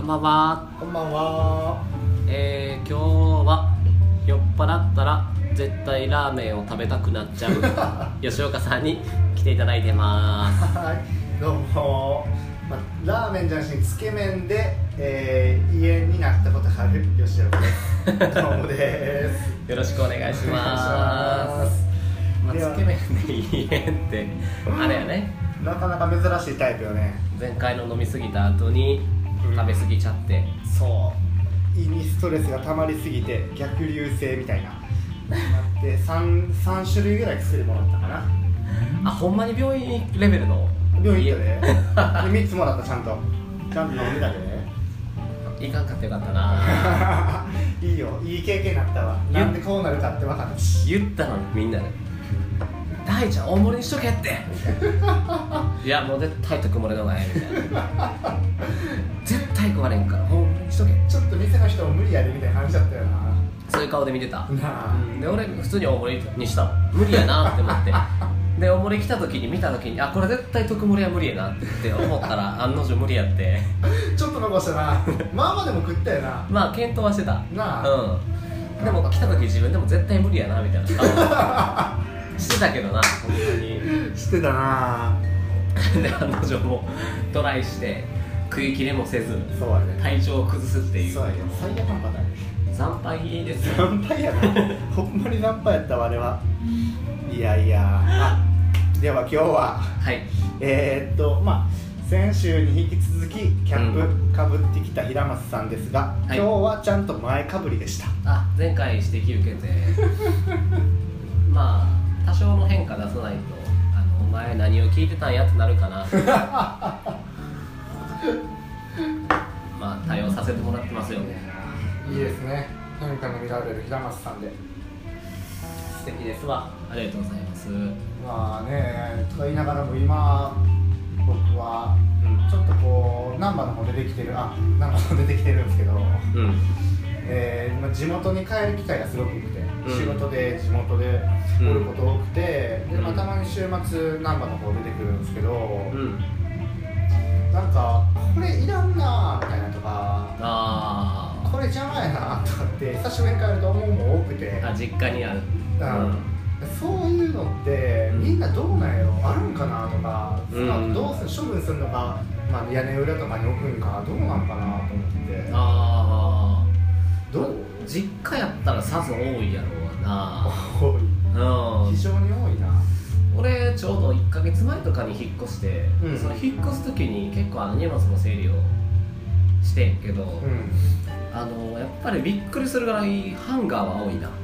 んばんは。 こんばんは。 今日は酔っ払ったら絶対ラーメンを食べたくなっちゃう吉岡さんに来ていただいてます。 はい、どうも。ラーメンじゃなしにつけ麺で、家になったことある吉岡です。どうもです。 よろしくお願いします。つけ麺で家ってあれやね。 なかなか珍しいタイプよね。 前回の飲み過ぎた後に食べ過ぎちゃって、 そう胃にストレスが溜まりすぎて逆流性みたいななって 3種類ぐらい薬もらったかな。 あ、ほんまに病院レベルの病院行ったで3つもらった。ちゃんと飲んでたでね。 いかんかってよかったな。 いいよ、いい経験になったわ。なんでこうなるかって分かったし。 言ったのにみんなで大ちゃん大盛りにしとけっていやもう絶対特盛りのがええみたいな絶対食われんから大盛りにしとけ。 ちょっと店の人も無理やでみたいな話だったよな。 そういう顔で見てたなあ、 で俺普通に大盛りにした無理やなって思ってで大盛り来た時に見た時にあこれ絶対特盛りは無理やなって思ったら案の定無理やってちょっと残したな。まあまあでも食ったよな。 まあ検討はしてたなあ、 うんでも来た時自分でも絶対無理やなみたいな顔してたけどな、本当にしてたな。 で案の定もトライして食い切れもせずそうやね。 体調を崩すっていうそうやね。最悪なパターンね。 惨敗ですよ。 惨敗やな。ほんまに惨敗やったわあれは。いやいや。では今日ははい先週に引き続きキャップかぶってきた平松さんですが、今日はちゃんと前かぶりでした。 あ、前回指摘受けてまあ多少の変化出さないとお前何を聞いてたんやってなるかなまあ対応させてもらってますよ。 いいですね。変化の見られる平松さんで素敵ですわ。ありがとうございます。 まあね、とか言いながらも今僕はちょっとこう難波の方出てきてる難波の方出てきてるんですけど、地元に帰る機会がすごく多くて、仕事で地元でおること多くて、でたまに週末難波の方出てくるんですけど、なんかこれいらんなみたいなとか、これ邪魔やなとかって久しぶりに帰ると思うも多くて、 実家にある、 そういうのってみんなどうなんやろ、あるんかなとか、その後どうする処分するのか、屋根裏とかに置くんかどうなんかなと思って。どう？ 実家やったらさぞ多いやろうな。 多い、非常に多いな。 俺ちょうど1ヶ月前とかに引っ越して、その引っ越す時に結構荷物の整理をしてんけど、やっぱりびっくりするぐらいハンガーは多いな。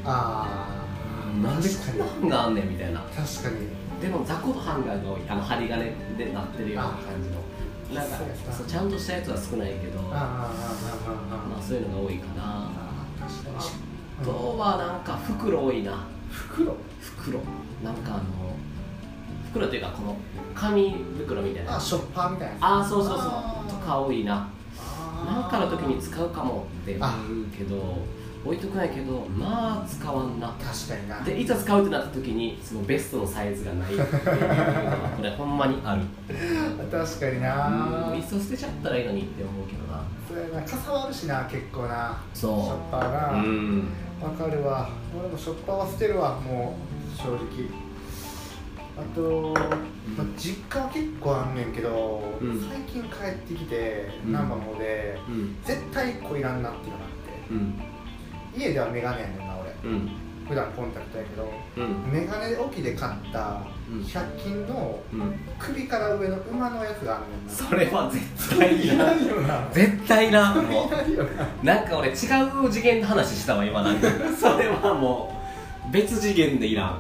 なんでこんなハンガーあんねんみたいな。 確かに。 でも雑魚のハンガーが多い。針金でなってるような感じの。なんかそうちゃんとしたやつは少ないけど、そういうのが多いかな。あとはなんか袋多いな。袋なんか袋っていうかこの紙袋みたいな。 ショッパーみたいな。 そうとか多いな。なんかの時に使うかもって思うけど置いとくないけど、まあ使わんな。 確かにな。 でいざ使うってなった時にそのベストのサイズがないっていうのはこれほんまにある。 確かにな。 いっそ捨てちゃったらいいのにって思うけどな。 それな、かさばるしな、結構な。 そうショッパーな。わかるわ。俺もショッパーは捨てるわ、もう正直。あと、実家は結構あんねんけど、最近帰ってきて難波の方で、絶対1個いらんなっていうのがあって、家ではメガネやねんな俺、普段コンタクトやけど、メガネ置きで買った100均の首から上の馬のやつがあんねんな。 それは絶対いらんよな。 絶対いらん。もいらんようなんか俺違う次元の話したわ今。なんかそれはもう別次元でいらん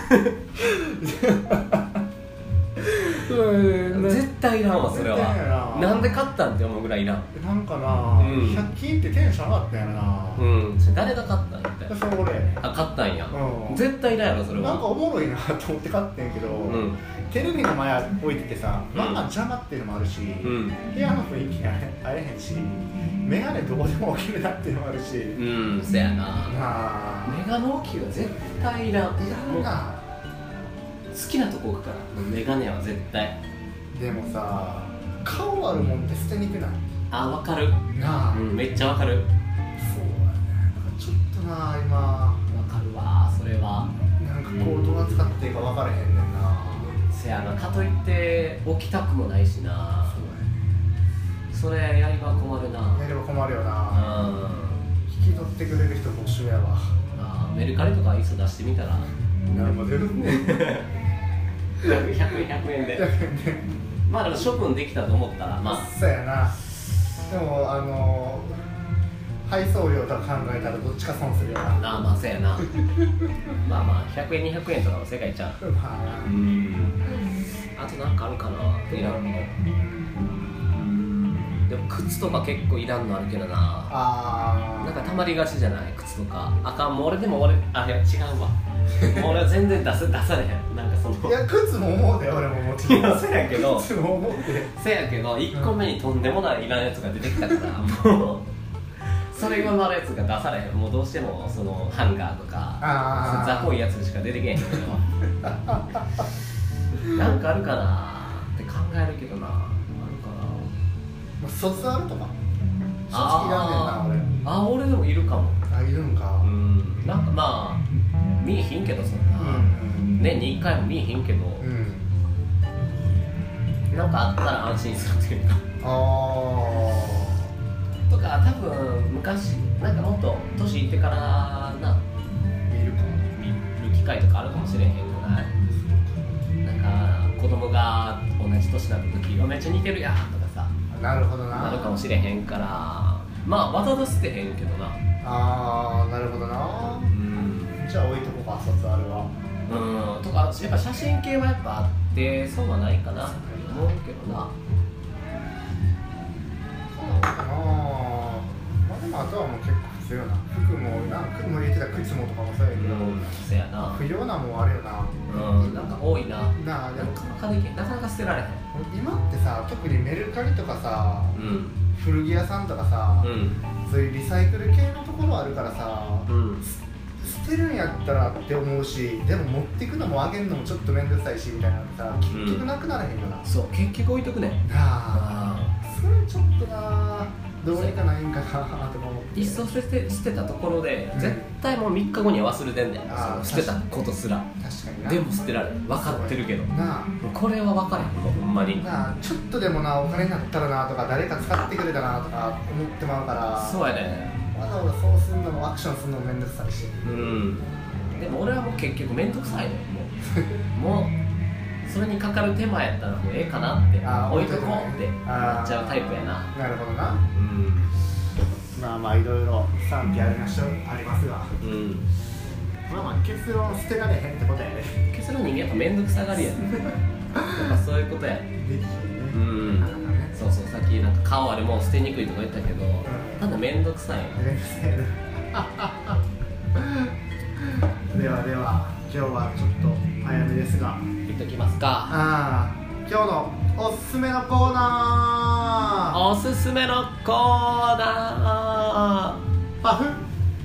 絶対いらんわそれは。なんで買ったんって思うぐらいいらん。 なんかな、100均ってテンション上がったんやろな。 誰が買ったんやって。 それ俺やね。 買ったんや。絶対いらんやろそれは。 なんかおもろいなと思って買ってんけど、テレビの前置いててさ、邪魔っていうのもあるし、部屋の雰囲気が合えへんし、メガネどこでも置けるなっていうのもあるし、 そやな。メガネ置きは絶対いらん。 いらんな。 好きなとこ置くからメガネは絶対。 でもさ、顔あるもんって捨てにくない？ あ、分かるなあ、 めっちゃ分かる。 そうだね、ちょっとな今分かるわ、それは。 なんかこうどう扱っていいか分からへんねんな。 せやな、かといって起きたくもないしな。それやりば困るな。 やれば困るよな。引き取ってくれる人募集やわ。 メルカリとかいっそ出してみたら。 何も出るんねん。 100円で。まあでも処分できたと思ったら、まあそうやな。でも配送料とか考えたらどっちか損するよな。 まあそうやな。まあまあ100円200円とかの世界ちゃう。 まああとなんかあるかな、いらんの。でも靴とか結構いらんのあるけどな。なんかたまりがちじゃない、靴とか。あかん、もう俺、いや違うわ。もう俺は全然出されへん。なんかその、 いや、靴も思うで、俺ももちろん。 せやけど、 靴も思うで。 せやけど、1個目にとんでもないいらんやつが出てきたから、もうそれ上回るやつが出されへん。もうどうしてもそのハンガーとか雑魚いやつしか出てけへんけどなんかあるかなって考えるけどな。あるかな。 卒アルとか正直いらんねんな、俺。 俺でもいるかも。 いるんか。 なんかまあ見えひんけど、そんな年に1回も見えひんけど、なんかあったら安心するっていうかとか、多分昔なんかもっと年いってからな見る機会とかあるかもしれへんくない？なんか子供が同じ年になった時めっちゃ似てるやんとかさ、 なるほどな、 なるかもしれへんから、まあわざと捨てへんけどな。 なるほどな。じゃあ置いとこうか、卒アルは。 とか、やっぱ写真系はやっぱあってそうはないかなと思うけどな。 そうかな。まあでもあとはもう結構必要な服も入れてた靴もとかもそうやけど、 そうやな。 不要なもんあるよな。 なんか多いな。 なかなかできん、なかなか捨てられへん。 今ってさ、特にメルカリとかさ、古着屋さんとかさ、そういうリサイクル系のところあるからさ、捨てるんやったらって思うし、でも持っていくのもあげるのもちょっと面倒くさいしみたいなのってさ、結局なくならへんよな。 そう、結局置いとくねんなあ、それちょっとな、どうにかないんかなとか思って。 いっそ捨てたところで、絶対もう3日後には忘れてんねん。捨てたことすら。 確かにな。 でも捨てられる、分かってるけどなあ、 これは分かれへん、ほんまになあ、ちょっとでもな、お金になったらなとか、誰か使ってくれたなとか思ってまうから。 そうやね。 わざわざそうするのもアクションするのも面倒くさいし。 でも俺はもう結局面倒くさいね。もうそれにかかる手間やったらもうええかなって、置いとこうってなっちゃうタイプやな。 なるほどな。まあまあいろいろ賛否ありますが、まあ結論捨てられへんってことやね。 結論人間やっぱ面倒くさがりやね。やっぱそういうことや。そうそう、さっきなんか顔あれもう捨てにくいとか言ったけど、ただ面倒くさい。ではでは、今日はちょっと早めですが言っときますか。今日のおすすめのコーナー。おすすめのコーナー、パフ。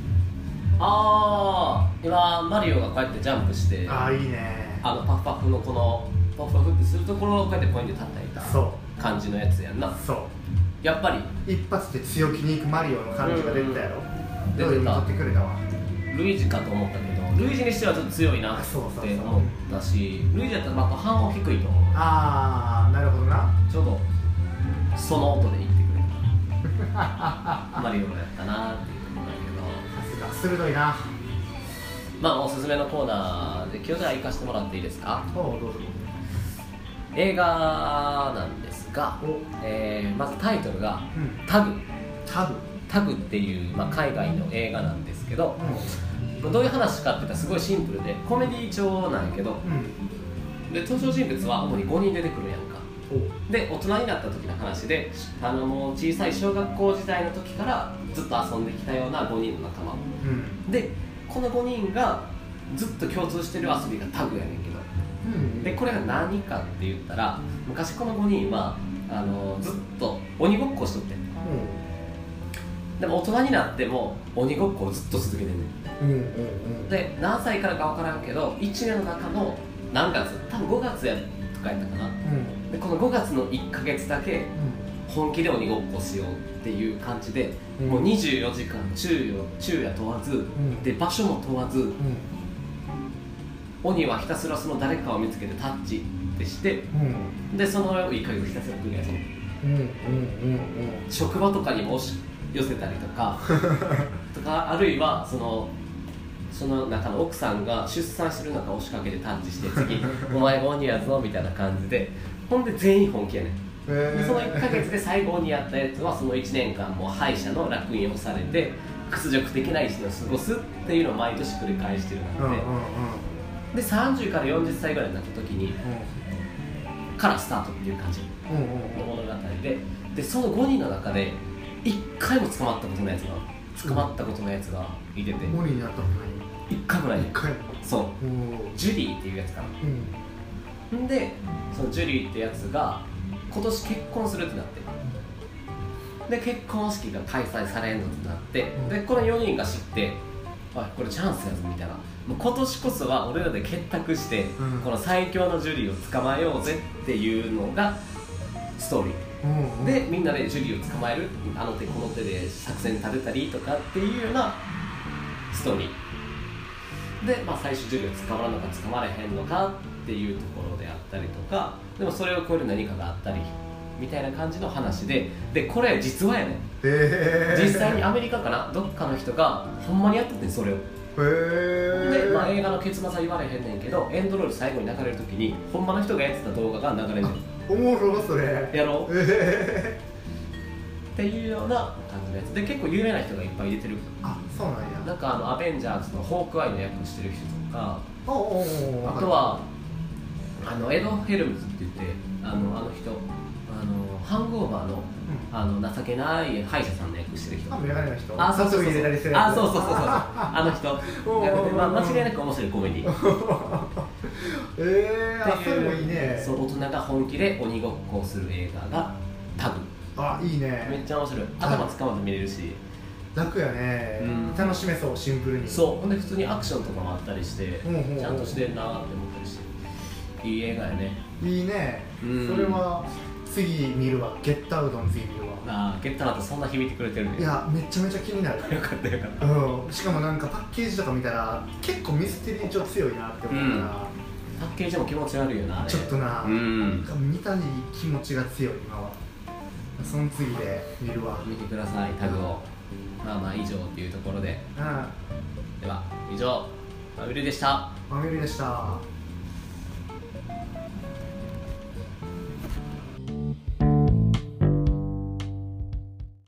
今マリオがこうやってジャンプして、いいね。パフパフのこのパフパフってするところをこうやってポイントで叩いた感じのやつやんな。そう、やっぱり一発で強気にいくマリオの感じが出てたやろ。出てた。取ってくれたわ。ルイージかと思ったけど、ルイージにしてはちょっと強いなって思ったし、ルイージだったらまた半音低いと思う。なるほどな。ちょうどその音で言ってくれたマリオやったなっていうところだけど、さすが鋭いな。まあおすすめのコーナーで今日じゃあ行かせてもらっていいですか。どうぞ。映画なんですが、まずタイトルがタグっていう、海外の映画なんですけど、どういう話かっていったらすごいシンプルでコメディ調なんやけど、で登場人物は主に5人出てくるやんか。で大人になった時の話で、もう小さい小学校時代の時からずっと遊んできたような5人の仲間、でこの5人がずっと共通してる遊びがタグやねんけど、でこれが何かって言ったら、昔この5人はずっと鬼ごっこしとってん。でも大人になっても鬼ごっこをずっと続けてんねん。で何歳からか分からんけど、1年の中の何月、多分5月やとかやったかな、でこの5月の1ヶ月だけ本気で鬼ごっこしようっていう感じで、もう24時間昼夜問わず、で場所も問わず、鬼はひたすらその誰かを見つけてタッチってして、でその怒りをひたすら繰り返すの。職場とかにも押し寄せたりとかあるいはその中の奥さんが出産してる中押しかけてタッチして次お前が鬼やぞみたいな感じで、ほんで全員本気やねん。でその1ヶ月で最後にやったやつはその1年間もう歯医者の烙印をされて屈辱的な一年を過ごすっていうのを毎年繰り返してるので、で30から40歳ぐらいになった時に、からスタートっていう感じの物語で、その5人の中で1回も捕まったことないやつがいてて、 5人になったことない 1回もない。 1回も。 そう、ジュリーっていうやつかな。でそのジュリーってやつが今年結婚するってなって、で結婚式が開催されんのってなって、でこの4人が知って、あこれチャンスやぞみたいな、もう今年こそは俺らで結託して、この最強のジュリーを捕まえようぜっていうのがストーリー、でみんなでジュリーを捕まえる、あの手この手で作戦立てたりとかっていうようなストーリーで、最初ジュリーを捕まるのか捕まれへんのかっていうところであったりとか、でもそれを超える何かがあったりみたいな感じの話で、これ実話やねん。実際にアメリカかな、どっかの人がほんまにやっててそれを。で、映画の結末は言われへんねんけど、エンドロール最後に流れるときにほんまの人がやってた動画が流れるねん。 おもろそれやろう、っていうような感じのやつで、結構有名な人がいっぱい出てる。 あ、そうなんや。 なんかアベンジャーズのホークアイの役をしてる人とか、あととはエド・ヘルムズって言って、あの人ハングオーバーの、情けない歯医者さんの役してる人。 メガネの人。 あ、そうそうそう。 入れたりするやつ。 そう。あの人。間違いなく面白いコメディ。 それもいいね。 そう、大人が本気で鬼ごっこをする映画がタグ。 あ、いいね。 めっちゃ面白い。頭使わず見れるし。 楽やね。楽しめそう、シンプルに。 そう。ほんで普通にアクションとかもあったりして、ちゃんとしてんなーって思ったりして。いい映画やね。 いいね。それは。次見るわ、ゲットアウトの次見るわ。 ゲットアウトそんな響いてくれてるね。 いや、めちゃめちゃ気になる。 よかったよかった。 しかもなんかパッケージとか見たら結構ミステリー調強いなって思うから、 パッケージも気持ち悪いよな。 ちょっとな、見たい気持ちが強い今は。その次で見るわ。 見てください、タグを。以上っていうところで。では以上、マミルでした。 マミルでした。